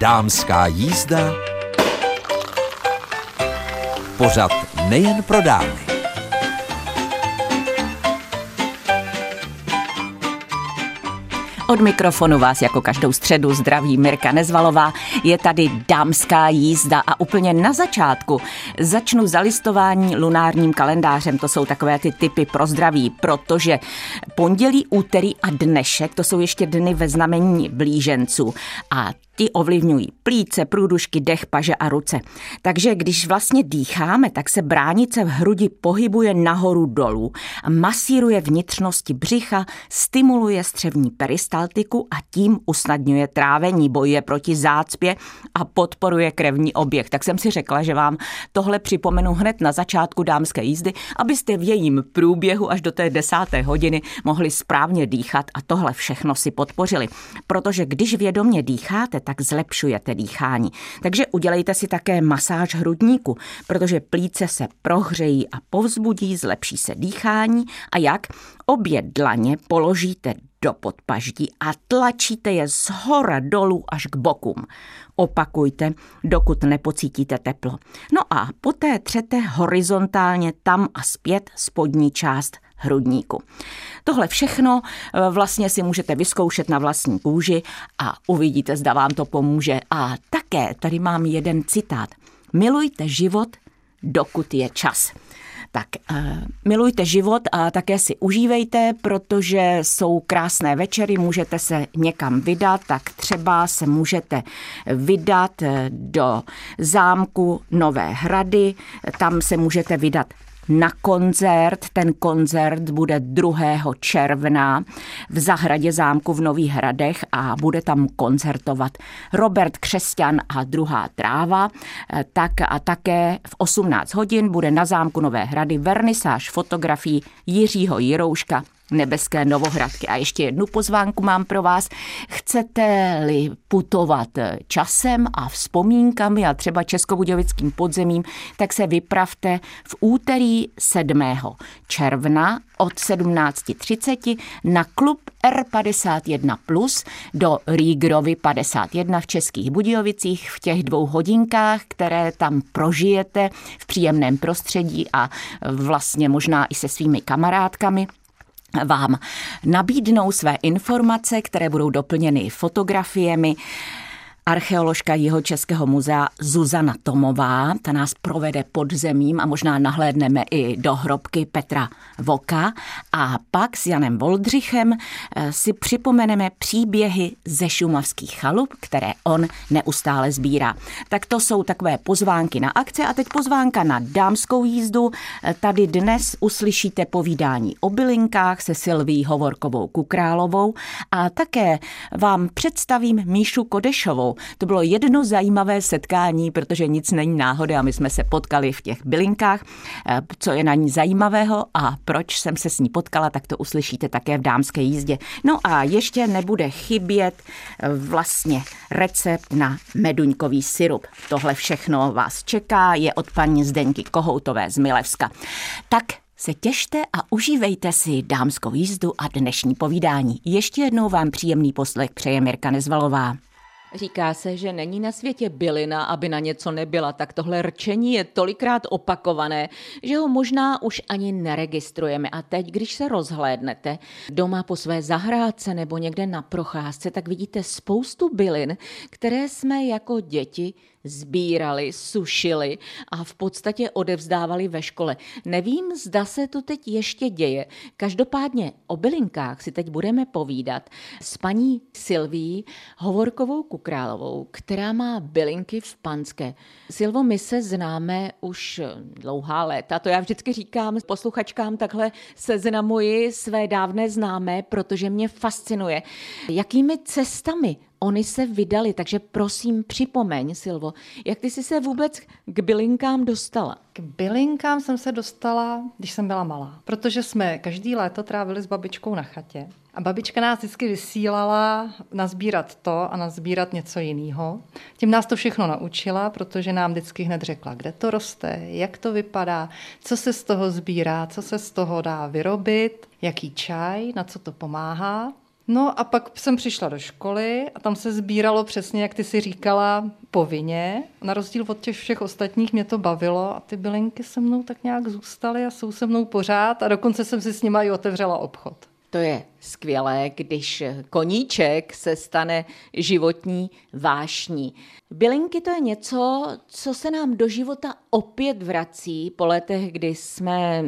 Dámská jízda, pořad nejen pro dámy. Od mikrofonu vás jako každou středu zdraví Mirka Nezvalová. Je tady Dámská jízda a úplně na začátku začnu zalistování lunárním kalendářem. To jsou takové ty tipy pro zdraví, protože pondělí, úterý a dnešek, to jsou ještě dny ve znamení blíženců a ti ovlivňují plíce, průdušky, dech, paže a ruce. Takže když vlastně dýcháme, tak se bránice v hrudi pohybuje nahoru dolů a masíruje vnitřnosti břicha, stimuluje střevní peristaltiku a tím usnadňuje trávení, bojuje proti zácpě a podporuje krevní oběh. Tak jsem si řekla, že vám tohle připomenu hned na začátku dámské jízdy, abyste v jejím průběhu až do té 10. hodiny mohli správně dýchat a tohle všechno si podpořili. Protože když vědomě dýcháte, tak zlepšujete dýchání. Takže udělejte si také masáž hrudníku, protože plíce se prohřejí a povzbudí, zlepší se dýchání. A jak? Obě dlaně položíte do podpaždí a tlačíte je zhora dolů až k bokům. Opakujte, dokud nepocítíte teplo. No a poté třete horizontálně tam a zpět spodní část hrudníku. Tohle všechno vlastně si můžete vyzkoušet na vlastní kůži a uvidíte, zda vám to pomůže. A také tady mám jeden citát. Milujte život, dokud je čas. Tak milujte život a také si užívejte, protože jsou krásné večery, můžete se někam vydat, tak třeba se můžete vydat do zámku Nové Hrady, tam se můžete vydat na koncert. Ten koncert bude 2. června v zahradě zámku v Nových Hradech a bude tam koncertovat Robert Křesťan a Druhá tráva. Tak a také v 18 hodin bude na zámku Nové Hrady vernisáž fotografií Jiřího Jirouška Nebeské Novohradky. A ještě jednu pozvánku mám pro vás. Chcete-li putovat časem a vzpomínkami a třeba českobudějovickým podzemím, tak se vypravte v úterý 7. června od 17:30 na klub R51+ do Rýgrovy 51 v Českých Budějovicích v těch 2 hodinkách, které tam prožijete v příjemném prostředí a vlastně možná i se svými kamarádkami. Vám nabídnou své informace, které budou doplněny fotografiemi. Archeoložka Jihočeského muzea Zuzana Tomová, ta nás provede podzemím a možná nahlédneme i do hrobky Petra Voka. A pak s Janem Voldřichem si připomeneme příběhy ze šumavských chalup, které on neustále sbírá. Tak to jsou takové pozvánky na akce a teď pozvánka na dámskou jízdu. Tady dnes uslyšíte povídání o bylinkách se Silví Hovorkovou Kukrálovou a také vám představím Míšu Kodešovou. To bylo jedno zajímavé setkání, protože nic není náhody a my jsme se potkali v těch bylinkách. Co je na ní zajímavého a proč jsem se s ní potkala, tak to uslyšíte také v dámské jízdě. No a ještě nebude chybět vlastně recept na meduňkový sirup. Tohle všechno vás čeká, je od paní Zdeňky Kohoutové z Milevska. Tak se těšte a užívejte si dámskou jízdu a dnešní povídání. Ještě jednou vám příjemný poslech přeje Mirka Nezvalová. Říká se, že není na světě bylina, aby na něco nebyla, tak tohle rčení je tolikrát opakované, že ho možná už ani neregistrujeme. A teď, když se rozhlédnete doma po své zahrádce nebo někde na procházce, tak vidíte spoustu bylin, které jsme jako děti sbírali, sušili a v podstatě odevzdávali ve škole. Nevím, zda se to teď ještě děje. Každopádně o bylinkách si teď budeme povídat s paní Silví Hovorkovou Kukrálovou, která má bylinky v Panské. Silvo, my se známe už dlouhá léta, to já vždycky říkám posluchačkám, takhle seznamuji své dávné známé, protože mě fascinuje, jakými cestami oni se vydali, takže prosím připomeň, Silvo, jak ty jsi se vůbec k bylinkám dostala? K bylinkám jsem se dostala, když jsem byla malá, protože jsme každý léto trávili s babičkou na chatě. A babička nás vždycky vysílala nazbírat to a nazbírat něco jiného. Tím nás to všechno naučila, protože nám vždycky hned řekla, kde to roste, jak to vypadá, co se z toho sbírá, co se z toho dá vyrobit, jaký čaj, na co to pomáhá. No a pak jsem přišla do školy a tam se sbíralo přesně, jak ty si říkala, povinně. Na rozdíl od těch všech ostatních mě to bavilo a ty bylinky se mnou tak nějak zůstaly a jsou se mnou pořád a dokonce jsem si s nima i otevřela obchod. To je skvělé, když koníček se stane životní vášní. Bylinky to je něco, co se nám do života opět vrací po letech, kdy jsme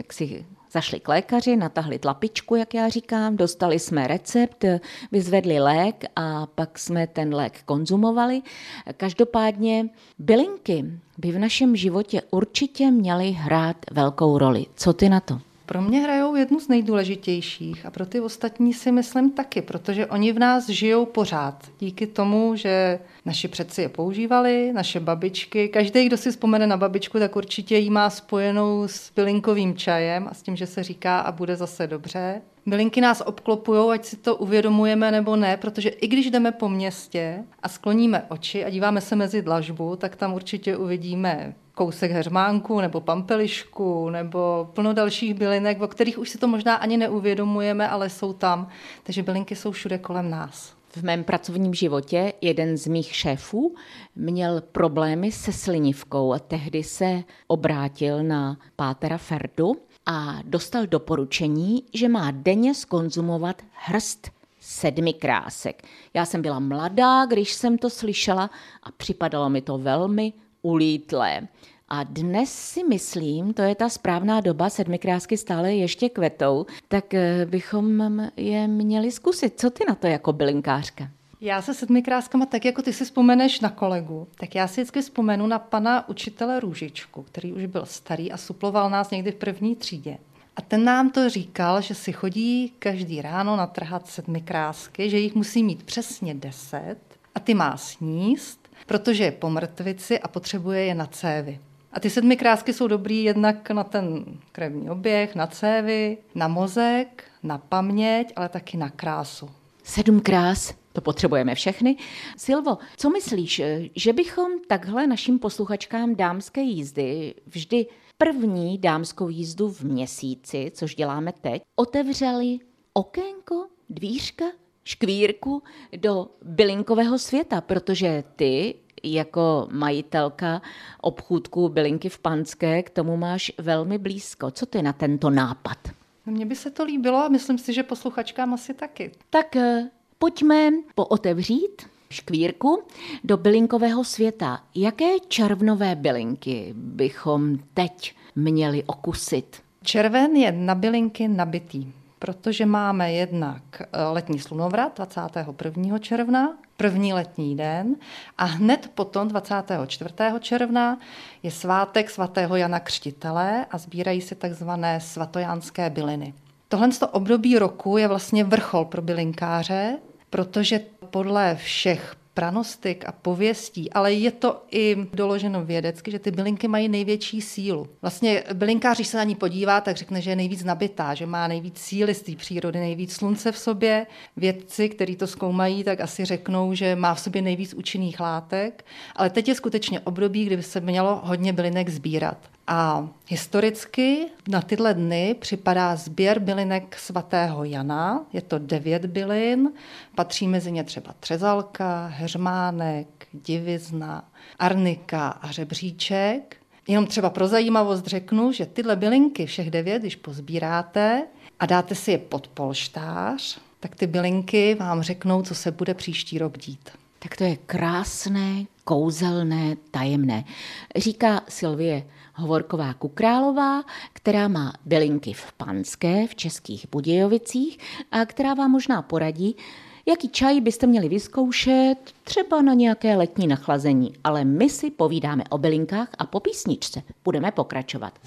zašli k lékaři, natahli tlapičku, jak já říkám, dostali jsme recept, vyzvedli lék a pak jsme ten lék konzumovali. Každopádně bylinky by v našem životě určitě měly hrát velkou roli. Co ty na to? Pro mě hrajou jednu z nejdůležitějších a pro ty ostatní si myslím taky, protože oni v nás žijou pořád. Díky tomu, že naši předci je používali, naše babičky. Každý, kdo si vzpomene na babičku, tak určitě ji má spojenou s bylinkovým čajem a s tím, že se říká a bude zase dobře. Bylinky nás obklopujou, ať si to uvědomujeme nebo ne, protože i když jdeme po městě a skloníme oči a díváme se mezi dlažbu, tak tam určitě uvidíme kousek heřmánku nebo pampelišku nebo plno dalších bylinek, o kterých už si to možná ani neuvědomujeme, ale jsou tam. Takže bylinky jsou všude kolem nás. V mém pracovním životě jeden z mých šéfů měl problémy se slinivkou a tehdy se obrátil na pátera Ferdu a dostal doporučení, že má denně zkonzumovat hrst 7 krásek. Já jsem byla mladá, když jsem to slyšela a připadalo mi to velmi ulítlé. A dnes si myslím, to je ta správná doba, 7 krásky stále ještě kvetou, tak bychom je měli zkusit. Co ty na to jako bylinkářka? Já se 7 kráskama, tak jako ty si vzpomeneš na kolegu, tak já si vždycky vzpomenu na pana učitele Růžičku, který už byl starý a suploval nás někdy v 1. třídě. A ten nám to říkal, že si chodí každý ráno natrhat 7 krásky, že jich musí mít přesně 10 a ty má sníst, protože je po mrtvici a potřebuje je na cévy. A ty 7 krásky jsou dobrý jednak na ten krevní oběh, na cévy, na mozek, na paměť, ale taky na krásu. 7 krás, to potřebujeme všechny. Silvo, co myslíš, že bychom takhle našim posluchačkám dámské jízdy vždy první dámskou jízdu v měsíci, což děláme teď, otevřeli okénko, dvířka, škvírku do bylinkového světa, protože ty jako majitelka obchůdku Bylinky v Panské k tomu máš velmi blízko. Co ty na tento nápad? Mně by se to líbilo a myslím si, že posluchačkám asi taky. Tak pojďme pootevřít škvírku do bylinkového světa. Jaké červnové bylinky bychom teď měli okusit? Červen je na bylinky nabitý, protože máme jednak letní slunovrat 21. června, první letní den a hned potom 24. června je svátek svatého Jana Křtitele a sbírají se takzvané svatojánské byliny. Tohle období roku je vlastně vrchol pro bylinkáře, protože podle všech pranostik a pověstí, ale je to i doloženo vědecky, že ty bylinky mají největší sílu. Vlastně bylinkář, když se na ní podívá, tak řekne, že je nejvíc nabitá, že má nejvíc síly z té přírody, nejvíc slunce v sobě. Vědci, kteří to zkoumají, tak asi řeknou, že má v sobě nejvíc účinných látek, ale teď je skutečně období, kdy by se mělo hodně bylinek sbírat. A historicky na tyhle dny připadá sběr bylinek svatého Jana. Je to 9 bylin, patří mezi ně třeba třezalka, heřmánek, divizna, arnika a řebříček. Jenom třeba pro zajímavost řeknu, že tyhle bylinky, všech 9, když pozbíráte a dáte si je pod polštář, tak ty bylinky vám řeknou, co se bude příští rok dít. Tak to je krásné, kouzelné, tajemné. Říká Sylvie Hovorková-Kukrálová, která má bylinky v Panské v Českých Budějovicích a která vám možná poradí, jaký čaj byste měli vyzkoušet třeba na nějaké letní nachlazení. Ale my si povídáme o bylinkách a po písničce budeme pokračovat.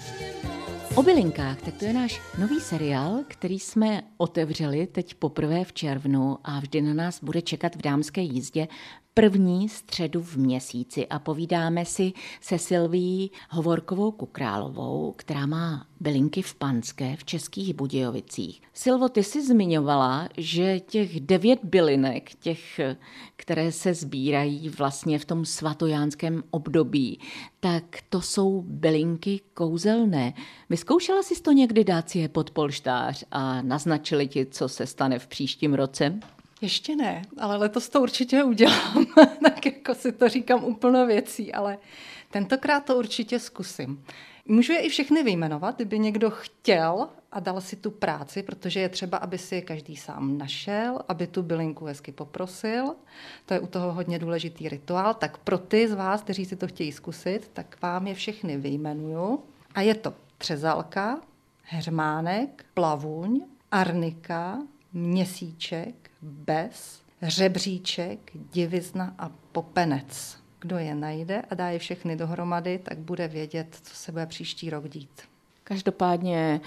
O bylinkách, tak to je náš nový seriál, který jsme otevřeli teď poprvé v červnu a vždy na nás bude čekat v dámské jízdě první středu v měsíci a povídáme si se Silvií Hovorkovou Kukrálovou, která má bylinky v Panské v Českých Budějovicích. Silvo, ty jsi zmiňovala, že těch 9 bylinek, těch, které se sbírají vlastně v tom svatojánském období, tak to jsou bylinky kouzelné. Vyzkoušela jsi to někdy dát si je pod polštář a naznačili ti, co se stane v příštím roce? Ještě ne, ale letos to určitě udělám. Tak jako si to říkám úplno věcí, ale tentokrát to určitě zkusím. Můžu je i všechny vyjmenovat, kdyby někdo chtěl a dal si tu práci, protože je třeba, aby si je každý sám našel, aby tu bylinku hezky poprosil. To je u toho hodně důležitý rituál. Tak pro ty z vás, kteří si to chtějí zkusit, tak vám je všechny vyjmenuju. A je to třezalka, heřmánek, plavuň, arnika, měsíček, bez, řebříček, divizna a popenec. Kdo je najde a dá je všechny dohromady, tak bude vědět, co se bude příští rok dít. Každopádně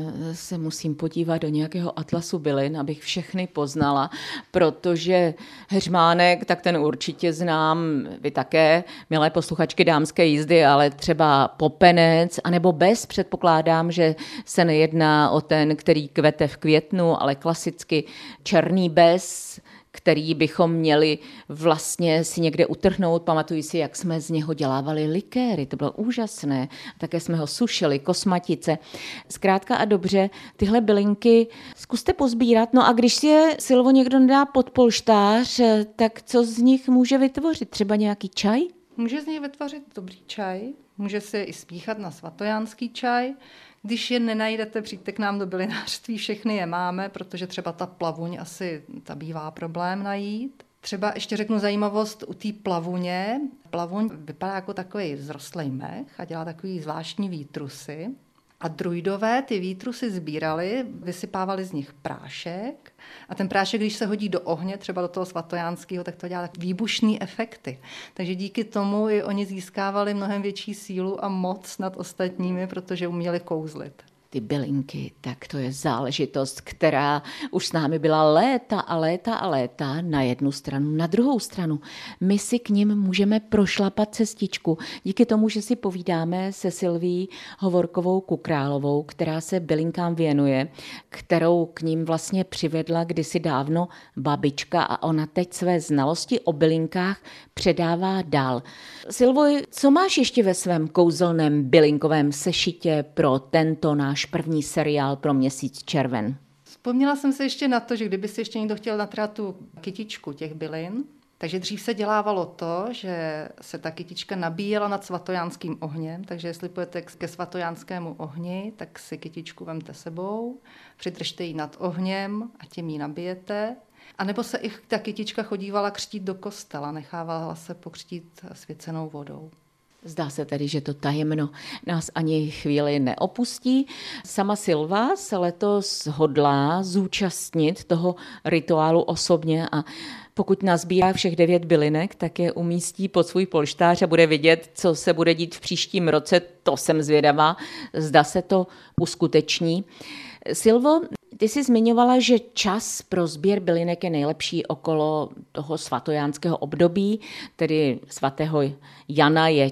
se musím podívat do nějakého atlasu bylin, abych všechny poznala, protože heřmánek, tak ten určitě znám, vy také, milé posluchačky dámské jízdy, ale třeba popenec, anebo bez, předpokládám, že se nejedná o ten, který kvete v květnu, ale klasicky černý bez, který bychom měli vlastně si někde utrhnout. Pamatuji si, jak jsme z něho dělávali likéry, to bylo úžasné. Také jsme ho sušili, kosmatice. Zkrátka a dobře, tyhle bylinky zkuste pozbírat. No a když si je, Silvo, někdo nedá pod polštář, tak co z nich může vytvořit? Třeba nějaký čaj? Může z něj vytvořit dobrý čaj, může si i spíchat na svatojánský čaj. Když je nenajdete, přijďte k nám do bylinářství, všechny je máme, protože třeba ta plavuň asi ta bývá problém najít. Třeba ještě řeknu zajímavost u té plavuně. Plavuň vypadá jako takový zrostlej mech a dělá takový zvláštní výtrusy. A druidové ty výtrusy sbírali, vysypávali z nich prášek a ten prášek, když se hodí do ohně, třeba do toho svatojánského, tak to dělá tak výbušný efekty. Takže díky tomu i oni získávali mnohem větší sílu a moc nad ostatními, protože uměli kouzlit. Ty bylinky, tak to je záležitost, která už s námi byla léta a léta a léta na jednu stranu, na druhou stranu. My si k nim můžeme prošlapat cestičku. Díky tomu, že si povídáme se Silvií Hovorkovou Kukrálovou, která se bylinkám věnuje, kterou k ním vlastně přivedla kdysi dávno babička a ona teď své znalosti o bylinkách předává dál. Silvo, co máš ještě ve svém kouzelném bylinkovém sešitě pro tento náš první seriál pro měsíc červen? Vzpomněla jsem se ještě na to, že kdyby si ještě někdo chtěl natrát tu kytičku těch bylin, takže dřív se dělávalo to, že se ta kytička nabíjela nad svatojánským ohněm, takže jestli půjdete ke svatojánskému ohni, tak si kytičku vemte sebou, přidržte ji nad ohněm a tím ji nabijete. A nebo se i ta kytička chodívala křtít do kostela, nechávala se pokřtít svěcenou vodou. Zdá se tedy, že to tajemno nás ani chvíli neopustí. Sama Silva se letos hodlá zúčastnit toho rituálu osobně a pokud nazbírá všech 9 bylinek, tak je umístí pod svůj polštář a bude vidět, co se bude dít v příštím roce. To jsem zvědavá, zda se to uskuteční. Silvo, ty jsi zmiňovala, že čas pro sběr bylinek je nejlepší okolo toho svatojánského období, tedy svatého Jana je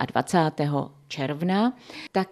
24. června. Tak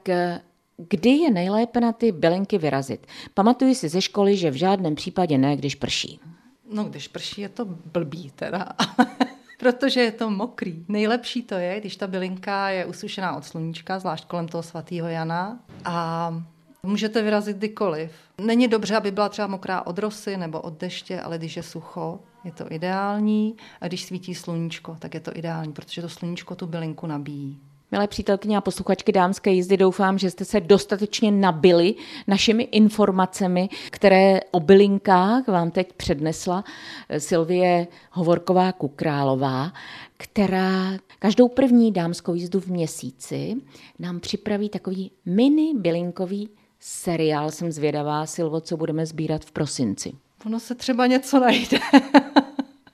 kdy je nejlépe na ty bylinky vyrazit? Pamatuji si ze školy, že v žádném případě ne, když prší. No, když prší, je to blbý teda, protože je to mokrý. Nejlepší to je, když ta bylinka je usušená od sluníčka, zvlášť kolem toho svatého Jana a můžete vyrazit kdykoliv. Není dobře, aby byla třeba mokrá od rosy nebo od deště, ale když je sucho, je to ideální. A když svítí sluníčko, tak je to ideální, protože to sluníčko tu bylinku nabíjí. Milé přítelkyně a posluchačky dámské jízdy, doufám, že jste se dostatečně nabili našimi informacemi, které o bylinkách vám teď přednesla Silvie Hovorková Kukrálová, která každou první dámskou jízdu v měsíci nám připraví takový mini bylinkový seriál. Jsem zvědavá, Silvo, co budeme sbírat v prosinci. Ono se třeba něco najde.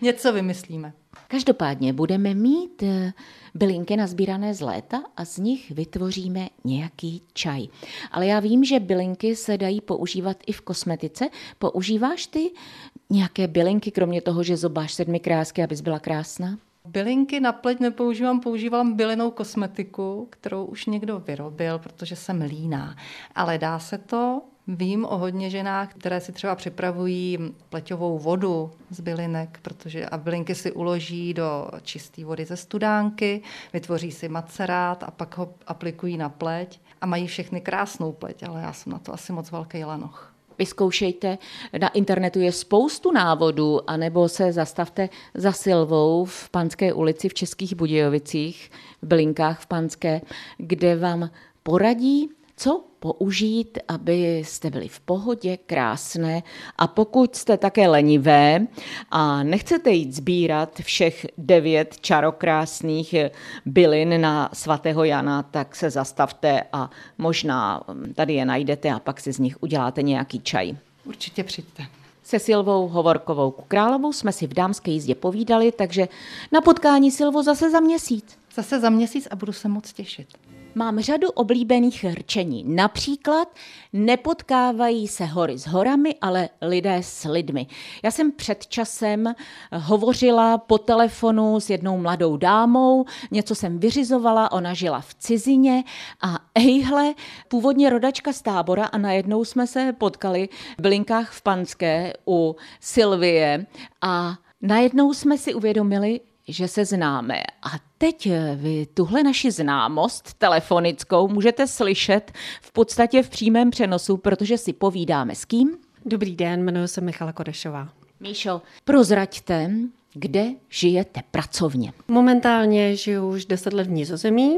Něco vymyslíme. Každopádně budeme mít bylinky nazbírané z léta a z nich vytvoříme nějaký čaj. Ale já vím, že bylinky se dají používat i v kosmetice. Používáš ty nějaké bylinky, kromě toho, že zobáš 7 krásky, abys byla krásná? Bylinky na pleť používám bylinnou kosmetiku, kterou už někdo vyrobil, protože jsem líná. Ale dá se to. Vím o hodně ženách, které si třeba připravují pleťovou vodu z bylinek, a bylinky si uloží do čisté vody ze studánky, vytvoří si macerát a pak ho aplikují na pleť a mají všechny krásnou pleť, ale já jsem na to asi moc velký lanoch. Vyzkoušejte, na internetu je spoustu návodů, anebo se zastavte za Silvou v Panské ulici v Českých Budějovicích, v Bylinkách v Panské, kde vám poradí, co použít, abyste byli v pohodě, krásné. A pokud jste také lenivé a nechcete jít sbírat všech 9 čarokrásných bylin na svatého Jana, tak se zastavte a možná tady je najdete a pak si z nich uděláte nějaký čaj. Určitě přijďte. Se Silvou Hovorkovou Královou jsme si v Dámské jízdě povídali, takže na potkání, Silvo, zase za měsíc. Zase za měsíc a budu se moc těšit. Mám řadu oblíbených rčení. Například nepotkávají se hory s horami, ale lidé s lidmi. Já jsem před časem hovořila po telefonu s jednou mladou dámou, něco jsem vyřizovala, ona žila v cizině a ejhle, původně rodačka z Tábora a najednou jsme se potkali v Bylinkách v Panské u Silvie a najednou jsme si uvědomili, že se známe. A teď vy tuhle naši známost telefonickou můžete slyšet v podstatě v přímém přenosu, protože si povídáme s kým? Dobrý den, jmenuji se Michala Kodešová. Míšo, prozraďte, kde žijete pracovně? Momentálně žiju už 10 let v Nizozemí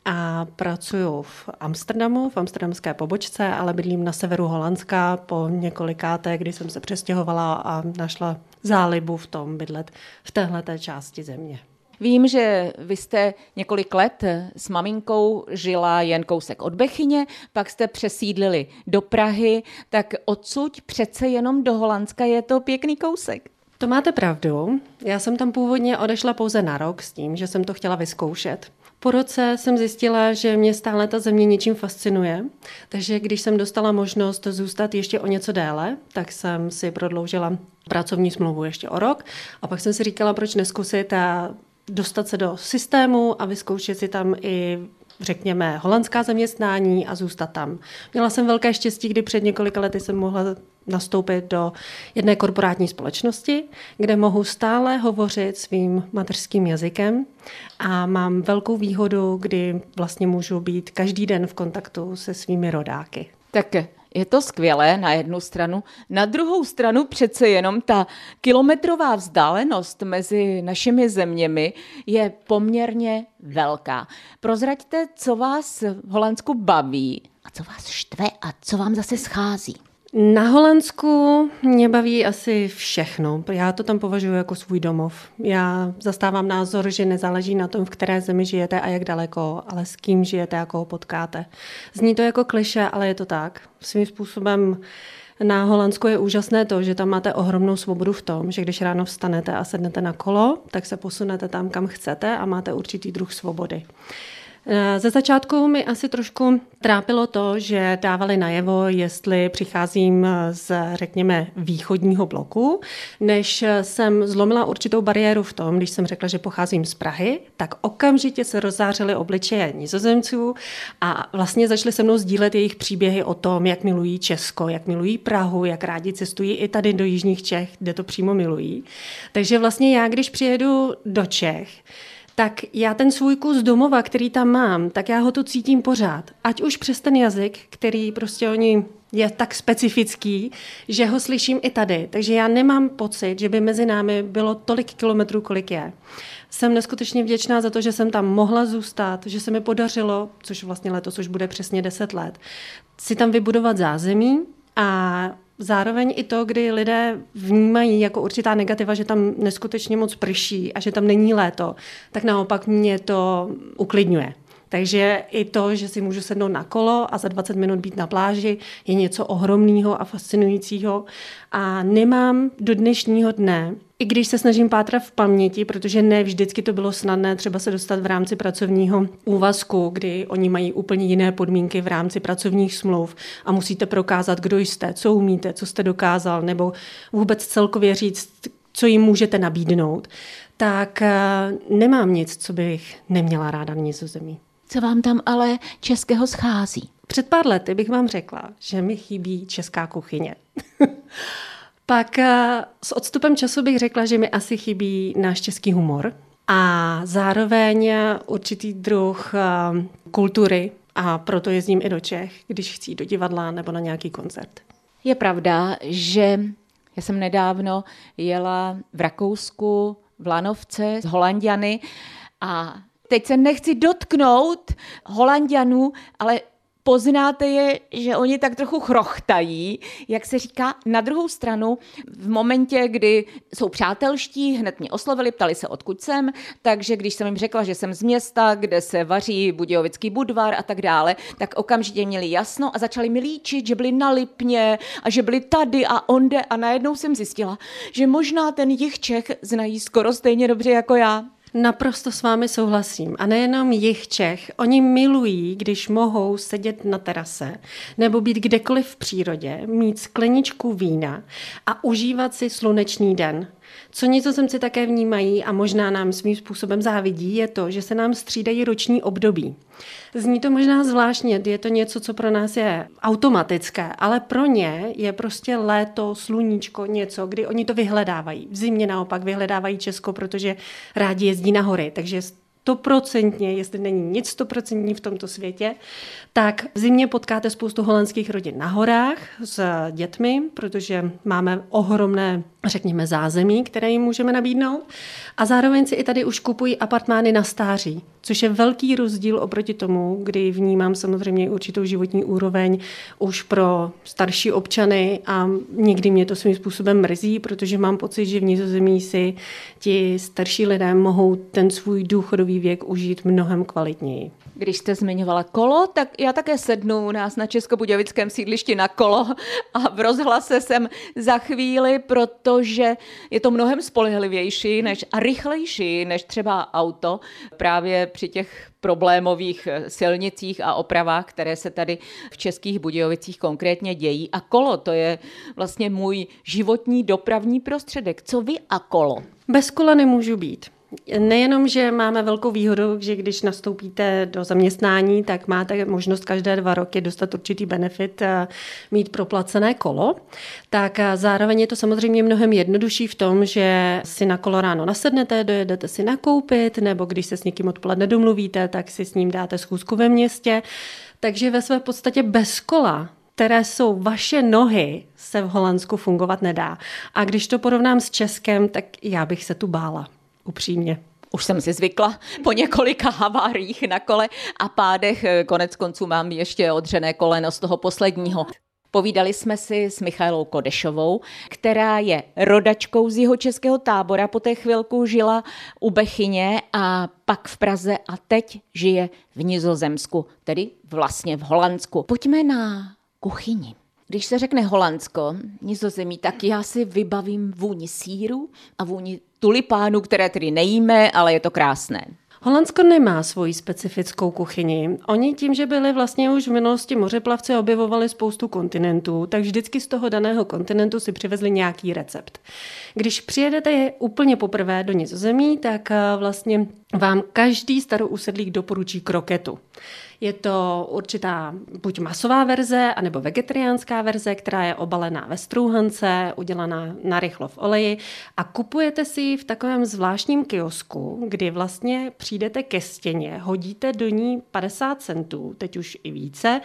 a pracuju v Amsterdamu, v amsterdamské pobočce, ale bydlím na severu Holandska po několikáté, kdy jsem se přestěhovala a našla zálibu v tom bydlet v téhleté části země. Vím, že vy jste několik let s maminkou žila jen kousek od Bechyně, pak jste přesídlili do Prahy, tak odsud přece jenom do Holandska je to pěkný kousek. To máte pravdu. Já jsem tam původně odešla pouze na rok s tím, že jsem to chtěla vyzkoušet. Po roce jsem zjistila, že mě stále ta země něčím fascinuje, takže když jsem dostala možnost zůstat ještě o něco déle, tak jsem si prodloužila pracovní smlouvu ještě o rok a pak jsem si říkala, proč neskusit a dostat se do systému a vyzkoušet si tam i, řekněme, holandská zaměstnání a zůstat tam. Měla jsem velké štěstí, kdy před několika lety jsem mohla nastoupit do jedné korporátní společnosti, kde mohu stále hovořit svým mateřským jazykem a mám velkou výhodu, kdy vlastně můžu být každý den v kontaktu se svými rodáky. Tak je to skvělé na jednu stranu. Na druhou stranu přece jenom ta kilometrová vzdálenost mezi našimi zeměmi je poměrně velká. Prozraďte, co vás v Holandsku baví a co vás štve a co vám zase schází. Na Holandsku mě baví asi všechno. Já to tam považuji jako svůj domov. Já zastávám názor, že nezáleží na tom, v které zemi žijete a jak daleko, ale s kým žijete a koho potkáte. Zní to jako klišé, ale je to tak. Svým způsobem na Holandsku je úžasné to, že tam máte ohromnou svobodu v tom, že když ráno vstanete a sednete na kolo, tak se posunete tam, kam chcete a máte určitý druh svobody. Ze začátku mi asi trošku trápilo to, že dávali najevo, jestli přicházím z, řekněme, východního bloku. Než jsem zlomila určitou bariéru v tom, když jsem řekla, že pocházím z Prahy, tak okamžitě se rozzářily obličeje Nizozemců a vlastně začali se mnou sdílet jejich příběhy o tom, jak milují Česko, jak milují Prahu, jak rádi cestují i tady do jižních Čech, kde to přímo milují. Takže vlastně já, když přijedu do Čech, tak já ten svůj kus domova, který tam mám, tak já ho tu cítím pořád. Ať už přes ten jazyk, který prostě je tak specifický, že ho slyším i tady. Takže já nemám pocit, že by mezi námi bylo tolik kilometrů, kolik je. Jsem neskutečně vděčná za to, že jsem tam mohla zůstat, že se mi podařilo, což vlastně letos už bude přesně 10 let, si tam vybudovat zázemí a zároveň i to, kdy lidé vnímají jako určitá negativa, že tam neskutečně moc prší a že tam není léto, tak naopak mě to uklidňuje. Takže i to, že si můžu sednout na kolo a za 20 minut být na pláži, je něco ohromného a fascinujícího. A nemám do dnešního dne, i když se snažím pátrat v paměti, protože ne vždycky to bylo snadné třeba se dostat v rámci pracovního úvazku, kdy oni mají úplně jiné podmínky v rámci pracovních smluv a musíte prokázat, kdo jste, co umíte, co jste dokázal, nebo vůbec celkově říct, co jim můžete nabídnout, tak nemám nic, co bych neměla ráda v Nizozemí. Co vám tam ale českého schází? Před pár lety bych vám řekla, že mi chybí česká kuchyně. Pak s odstupem času bych řekla, že mi asi chybí náš český humor a zároveň určitý druh kultury a proto jezdím i do Čech, když chci jít do divadla nebo na nějaký koncert. Je pravda, že já jsem nedávno jela v Rakousku, v Lanovce s Holanďany a teď se nechci dotknout Holanďanů, ale poznáte je, že oni tak trochu chrochtají, jak se říká. Na druhou stranu, v momentě, kdy jsou přátelští, hned mě oslovili, ptali se, odkud jsem, takže když jsem jim řekla, že jsem z města, kde se vaří Budějovický Budvar a tak dále, tak okamžitě měli jasno a začali mi líčit, že byli na Lipně a že byli tady a onde a najednou jsem zjistila, že možná ten jih Čech znají skoro stejně dobře jako já. Naprosto s vámi souhlasím. A nejenom jich Čech. Oni milují, když mohou sedět na terase nebo být kdekoliv v přírodě, mít skleničku vína a užívat si slunečný den. Co Nizozemci také vnímají a možná nám svým způsobem závidí, je to, že se nám střídají roční období. Zní to možná zvláštně, je to něco, co pro nás je automatické, ale pro ně je prostě léto, sluníčko, něco, kdy oni to vyhledávají. V zimě naopak vyhledávají Česko, protože rádi jezdí na hory, takže 100%, jestli není nic 100% v tomto světě, tak v zimě potkáte spoustu holandských rodin na horách s dětmi, protože máme ohromné, řekněme, zázemí, které jim můžeme nabídnout. A zároveň si i tady už kupují apartmány na stáří, což je velký rozdíl oproti tomu, kdy vnímám samozřejmě určitou životní úroveň už pro starší občany a někdy mě to svým způsobem mrzí, protože mám pocit, že v Nizozemí si ti starší lidé mohou ten svůj důchodový věk užít mnohem kvalitněji. Když jste zmiňovala kolo, tak já také sednu u nás na českobudějovickém sídlišti na kolo a v rozhlase jsem za chvíli, protože je to mnohem spolehlivější a rychlejší než třeba auto právě při těch problémových silnicích a opravách, které se tady v Českých Budějovicích konkrétně dějí. A kolo, to je vlastně můj životní dopravní prostředek. Co vy a kolo? Bez kola nemůžu být. Nejenom, že máme velkou výhodu, že když nastoupíte do zaměstnání, tak máte možnost každé 2 roky dostat určitý benefit, mít proplacené kolo, tak zároveň je to samozřejmě mnohem jednodušší v tom, že si na kolo ráno nasednete, dojedete si nakoupit, nebo když se s někým odpoledne domluvíte, tak si s ním dáte schůzku ve městě. Takže ve své podstatě bez kola, které jsou vaše nohy, se v Holandsku fungovat nedá. A když to porovnám s Českem, tak já bych se tu bála. Upřímně. Už jsem si zvykla po několika haváriích na kole a pádech. Konec konců mám ještě odřené koleno z toho posledního. Povídali jsme si s Michailou Kodešovou, která je rodačkou z Jihočeského Tábora, poté chvilku žila u Bechyně a pak v Praze a teď žije v Nizozemsku, tedy vlastně v Holandsku. Pojďme na kuchyni. Když se řekne Holandsko, Nizozemí, tak já si vybavím vůni sýru a vůni tulipánů, které tedy nejíme, ale je to krásné. Holandsko nemá svoji specifickou kuchyni. Oni tím, že byli vlastně už v minulosti mořeplavci, objevovali spoustu kontinentů, tak vždycky z toho daného kontinentu si přivezli nějaký recept. Když přijedete úplně poprvé do Nizozemí, tak vlastně vám každý starousedlík doporučí kroketu. Je to určitá buď masová verze, anebo vegetariánská verze, která je obalená ve strouhance, udělaná narychlo v oleji a kupujete si ji v takovém zvláštním kiosku, kdy vlastně přijdete ke stěně, hodíte do ní 50 centů, teď už i více,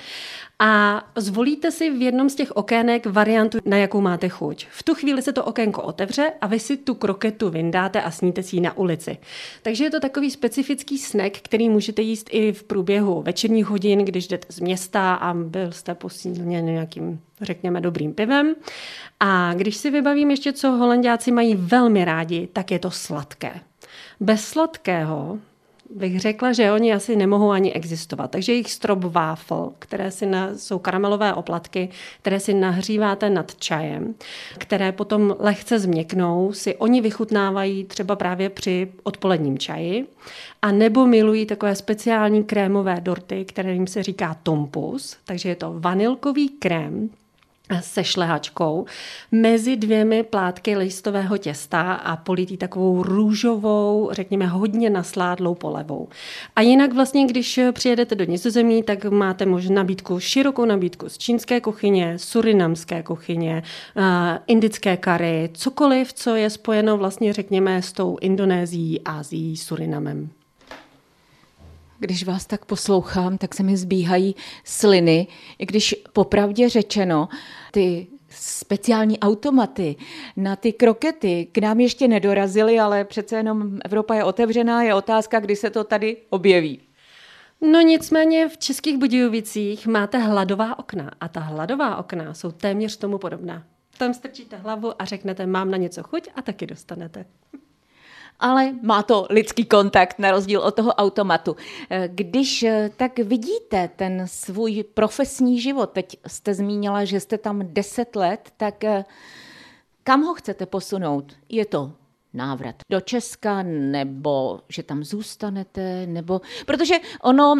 a zvolíte si v jednom z těch okének variantu, na jakou máte chuť. V tu chvíli se to okénko otevře a vy si tu kroketu vyndáte a sníte si ji na ulici. Takže je to takový specifický snack, který můžete jíst i v průběhu večerních hodin, když jdete z města a byl jste posíleně nějakým, řekněme, dobrým pivem. A když si vybavím ještě, co Holanďáci mají velmi rádi, tak je to sladké. Bez sladkého bych řekla, že oni asi nemohou ani existovat. Takže jejich stroopwafel, které jsou karamelové oplatky, které si nahříváte nad čajem, které potom lehce změknou, si oni vychutnávají třeba právě při odpoledním čaji, a nebo milují takové speciální krémové dorty, kterým se říká tompus, takže je to vanilkový krém se šlehačkou mezi 2 plátky listového těsta a politý takovou růžovou, řekněme hodně nasládlou polevou. A jinak vlastně, když přijedete do Nizozemí, tak máte možná širokou nabídku z čínské kuchyně, surinamské kuchyně, indické kary, cokoliv, co je spojeno vlastně, řekněme, s tou Indonésií, Ázií, Surinamem. Když vás tak poslouchám, tak se mi zbíhají sliny, i když popravdě řečeno, ty speciální automaty na ty krokety k nám ještě nedorazily, ale přece jenom Evropa je otevřená, je otázka, kdy se to tady objeví. No nicméně v Českých Budějovicích máte hladová okna a ta hladová okna jsou téměř tomu podobná. Tam strčíte hlavu a řeknete, mám na něco chuť a taky dostanete. Ale má to lidský kontakt na rozdíl od toho automatu. Když tak vidíte ten svůj profesní život, teď jste zmínila, že jste tam 10 let, tak kam ho chcete posunout? Je to návrat do Česka, nebo že tam zůstanete, nebo... Protože ono...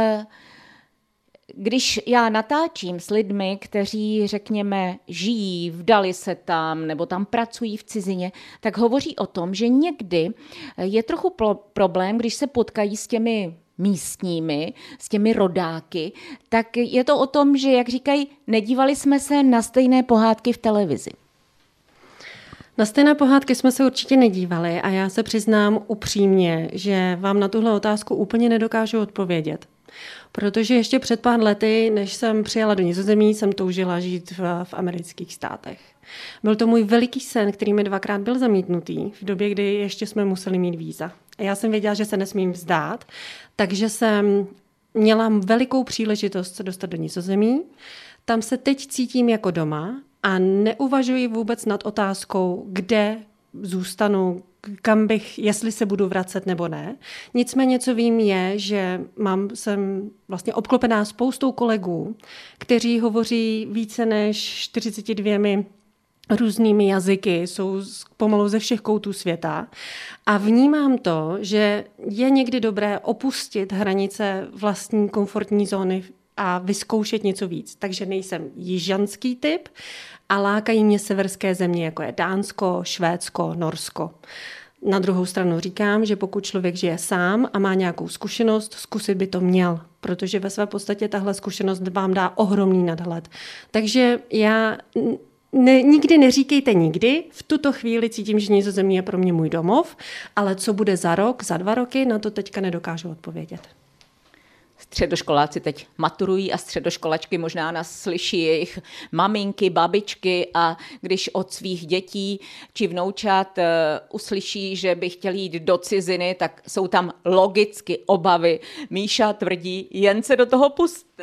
Když já natáčím s lidmi, kteří, řekněme, žijí, vdali se tam nebo tam pracují v cizině, tak hovoří o tom, že někdy je trochu problém, když se potkají s těmi místními, s těmi rodáky, tak je to o tom, že, jak říkají, nedívali jsme se na stejné pohádky v televizi. Na stejné pohádky jsme se určitě nedívali a já se přiznám upřímně, že vám na tuhle otázku úplně nedokážu odpovědět. Protože ještě před pár lety, než jsem přijela do Nizozemí, jsem toužila žít v amerických státech. Byl to můj veliký sen, který mi 2krát byl zamítnutý, v době, kdy ještě jsme museli mít víza. A já jsem věděla, že se nesmím vzdát, takže jsem měla velikou příležitost se dostat do Nizozemí. Tam se teď cítím jako doma a neuvažuji vůbec nad otázkou, kde zůstanu, kam bych, jestli se budu vracet nebo ne. Nicméně, co vím, je, že jsem vlastně obklopená spoustou kolegů, kteří hovoří více než 42 různými jazyky, jsou pomalu ze všech koutů světa a vnímám to, že je někdy dobré opustit hranice vlastní komfortní zóny a vyzkoušet něco víc. Takže nejsem jižanský typ a lákají mě severské země, jako je Dánsko, Švédsko, Norsko. Na druhou stranu říkám, že pokud člověk žije sám a má nějakou zkušenost, zkusit by to měl, protože ve své podstatě tahle zkušenost vám dá ohromný nadhled. Takže já nikdy neříkejte nikdy, v tuto chvíli cítím, že Nizozemí je pro mě můj domov, ale co bude za rok, za 2 roky, na to teďka nedokážu odpovědět. Středoškoláci teď maturují a středoškolačky možná nás slyší jejich maminky, babičky a když od svých dětí či vnoučat uslyší, že by chtěli jít do ciziny, tak jsou tam logicky obavy. Míša tvrdí, jen se do toho pusťte.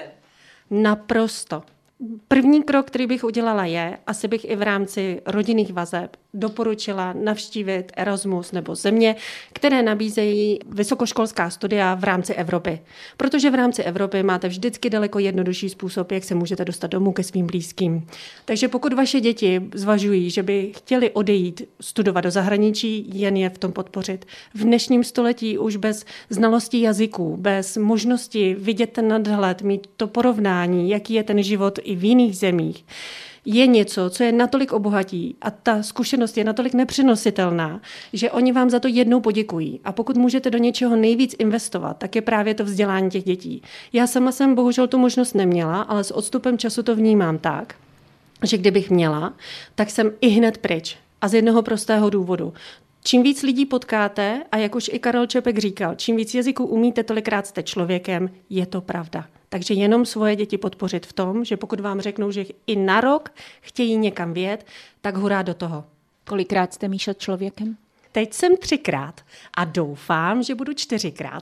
Naprosto. První krok, který bych udělala je, asi bych i v rámci rodinných vazeb doporučila navštívit Erasmus nebo země, které nabízejí vysokoškolská studia v rámci Evropy. Protože v rámci Evropy máte vždycky daleko jednodušší způsob, jak se můžete dostat domů ke svým blízkým. Takže pokud vaše děti zvažují, že by chtěli odejít studovat do zahraničí, jen je v tom podpořit. V dnešním století už bez znalostí jazyků, bez možnosti vidět ten nadhled, mít to porovnání, jaký je ten život i v jiných zemích, je něco, co je natolik obohatí a ta zkušenost je natolik nepřenositelná, že oni vám za to jednou poděkují. A pokud můžete do něčeho nejvíc investovat, tak je právě to vzdělání těch dětí. Já sama jsem bohužel tu možnost neměla, ale s odstupem času to vnímám tak, že kdybych měla, tak jsem i hned pryč. A z jednoho prostého důvodu. Čím víc lidí potkáte, a jak už i Karel Čapek říkal, čím víc jazyků umíte, tolikrát jste člověkem, je to pravda. Takže jenom svoje děti podpořit v tom, že pokud vám řeknou, že i na rok chtějí někam vyjet, tak hurá do toho. Kolikrát jste, Míšo, člověkem? Teď jsem 3krát a doufám, že budu 4krát.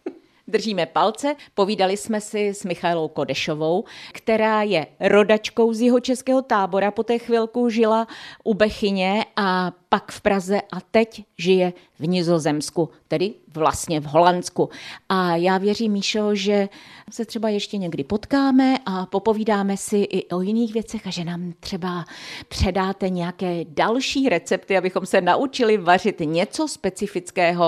Držíme palce, povídali jsme si s Michaelou Kodešovou, která je rodačkou z Jihočeského Tábora, poté chvilku žila u Bechyně a pak v Praze a teď žije v Nizozemsku, tedy vlastně v Holandsku. A já věřím, Míšo, že se třeba ještě někdy potkáme a popovídáme si i o jiných věcech a že nám třeba předáte nějaké další recepty, abychom se naučili vařit něco specifického,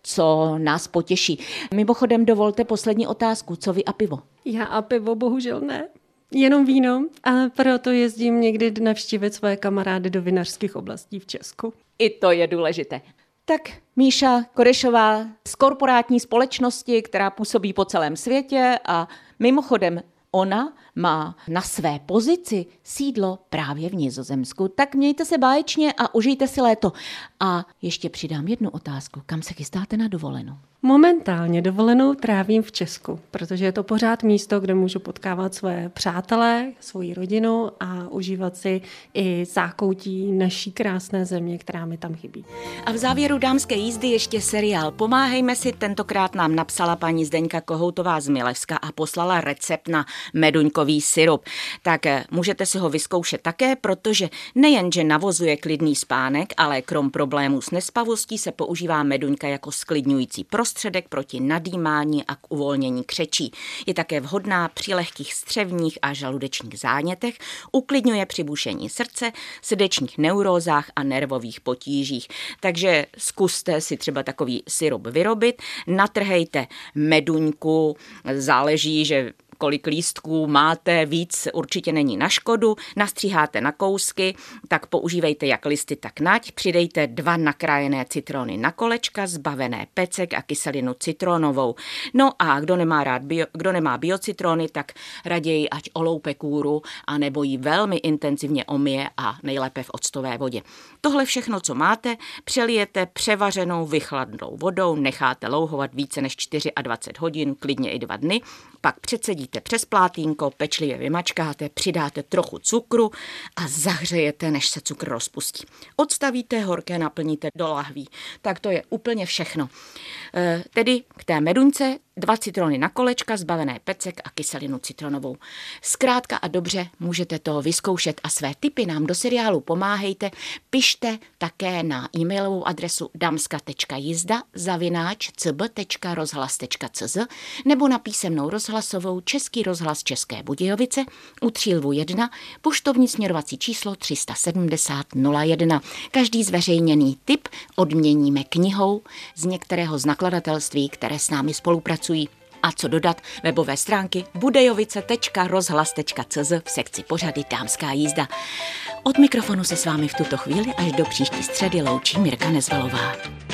co nás potěší. Mimochodem dovolte poslední otázku. Co vy a pivo? Já a pivo bohužel ne. Jenom víno a proto jezdím někdy navštívit své kamarády do vinařských oblastí v Česku. I to je důležité. Tak Míša Korešová z korporátní společnosti, která působí po celém světě a mimochodem ona má na své pozici sídlo právě v Nizozemsku. Tak mějte se báječně a užijte si léto. A ještě přidám jednu otázku. Kam se chystáte na dovolenou? Momentálně dovolenou trávím v Česku, protože je to pořád místo, kde můžu potkávat své přátelé, svoji rodinu a užívat si i zákoutí naší krásné země, která mi tam chybí. A v závěru dámské jízdy ještě seriál Pomáhejme si. Tentokrát nám napsala paní Zdeňka Kohoutová z Milevska a poslala recept na meduňkový syrup. Tak můžete si ho vyzkoušet také, protože nejenže navozuje klidný spánek, ale krom problémů s nespavostí se používá meduňka jako sklidňující prostředek proti nadýmání a k uvolnění křečí. Je také vhodná při lehkých střevních a žaludečních zánětech, uklidňuje při bušení srdce, srdečních neurózách a nervových potížích. Takže zkuste si třeba takový syrup vyrobit, natrhejte meduňku, záleží, že kolik lístků máte, víc určitě není na škodu, nastříháte na kousky, tak používejte jak listy, tak nať, přidejte 2 nakrájené citrony na kolečka, zbavené pecek a kyselinu citronovou. No a kdo nemá biocitrony, tak raději ať oloupe kůru, anebo ji velmi intenzivně omije a nejlépe v octové vodě. Tohle všechno, co máte, přelijete převařenou vychladnou vodou, necháte louhovat více než 24 hodin, klidně i 2 dny, pak předsedíte přes plátínko, pečlivě vymačkáte, přidáte trochu cukru a zahřejete, než se cukr rozpustí. Odstavíte, horké naplníte do lahví. Tak to je úplně všechno. Tedy k té meduňce 2 citrony na kolečka, zbavené pecek a kyselinu citronovou. Zkrátka a dobře můžete to vyzkoušet a své tipy nám do seriálu Pomáhejte. Pište také na e-mailovou adresu damska.jizda@cb.rozhlas.cz nebo na písemnou rozhlasovou Český rozhlas České Budějovice u Třílvu 1, poštovní směrovací číslo 370 01. Každý zveřejněný tip odměníme knihou z některého z nakladatelství, které s námi spolupracují. A co dodat, webové stránky budejovice.rozhlas.cz v sekci pořady Dámská jízda. Od mikrofonu se s vámi v tuto chvíli až do příští středy loučí Mirka Nezvalová.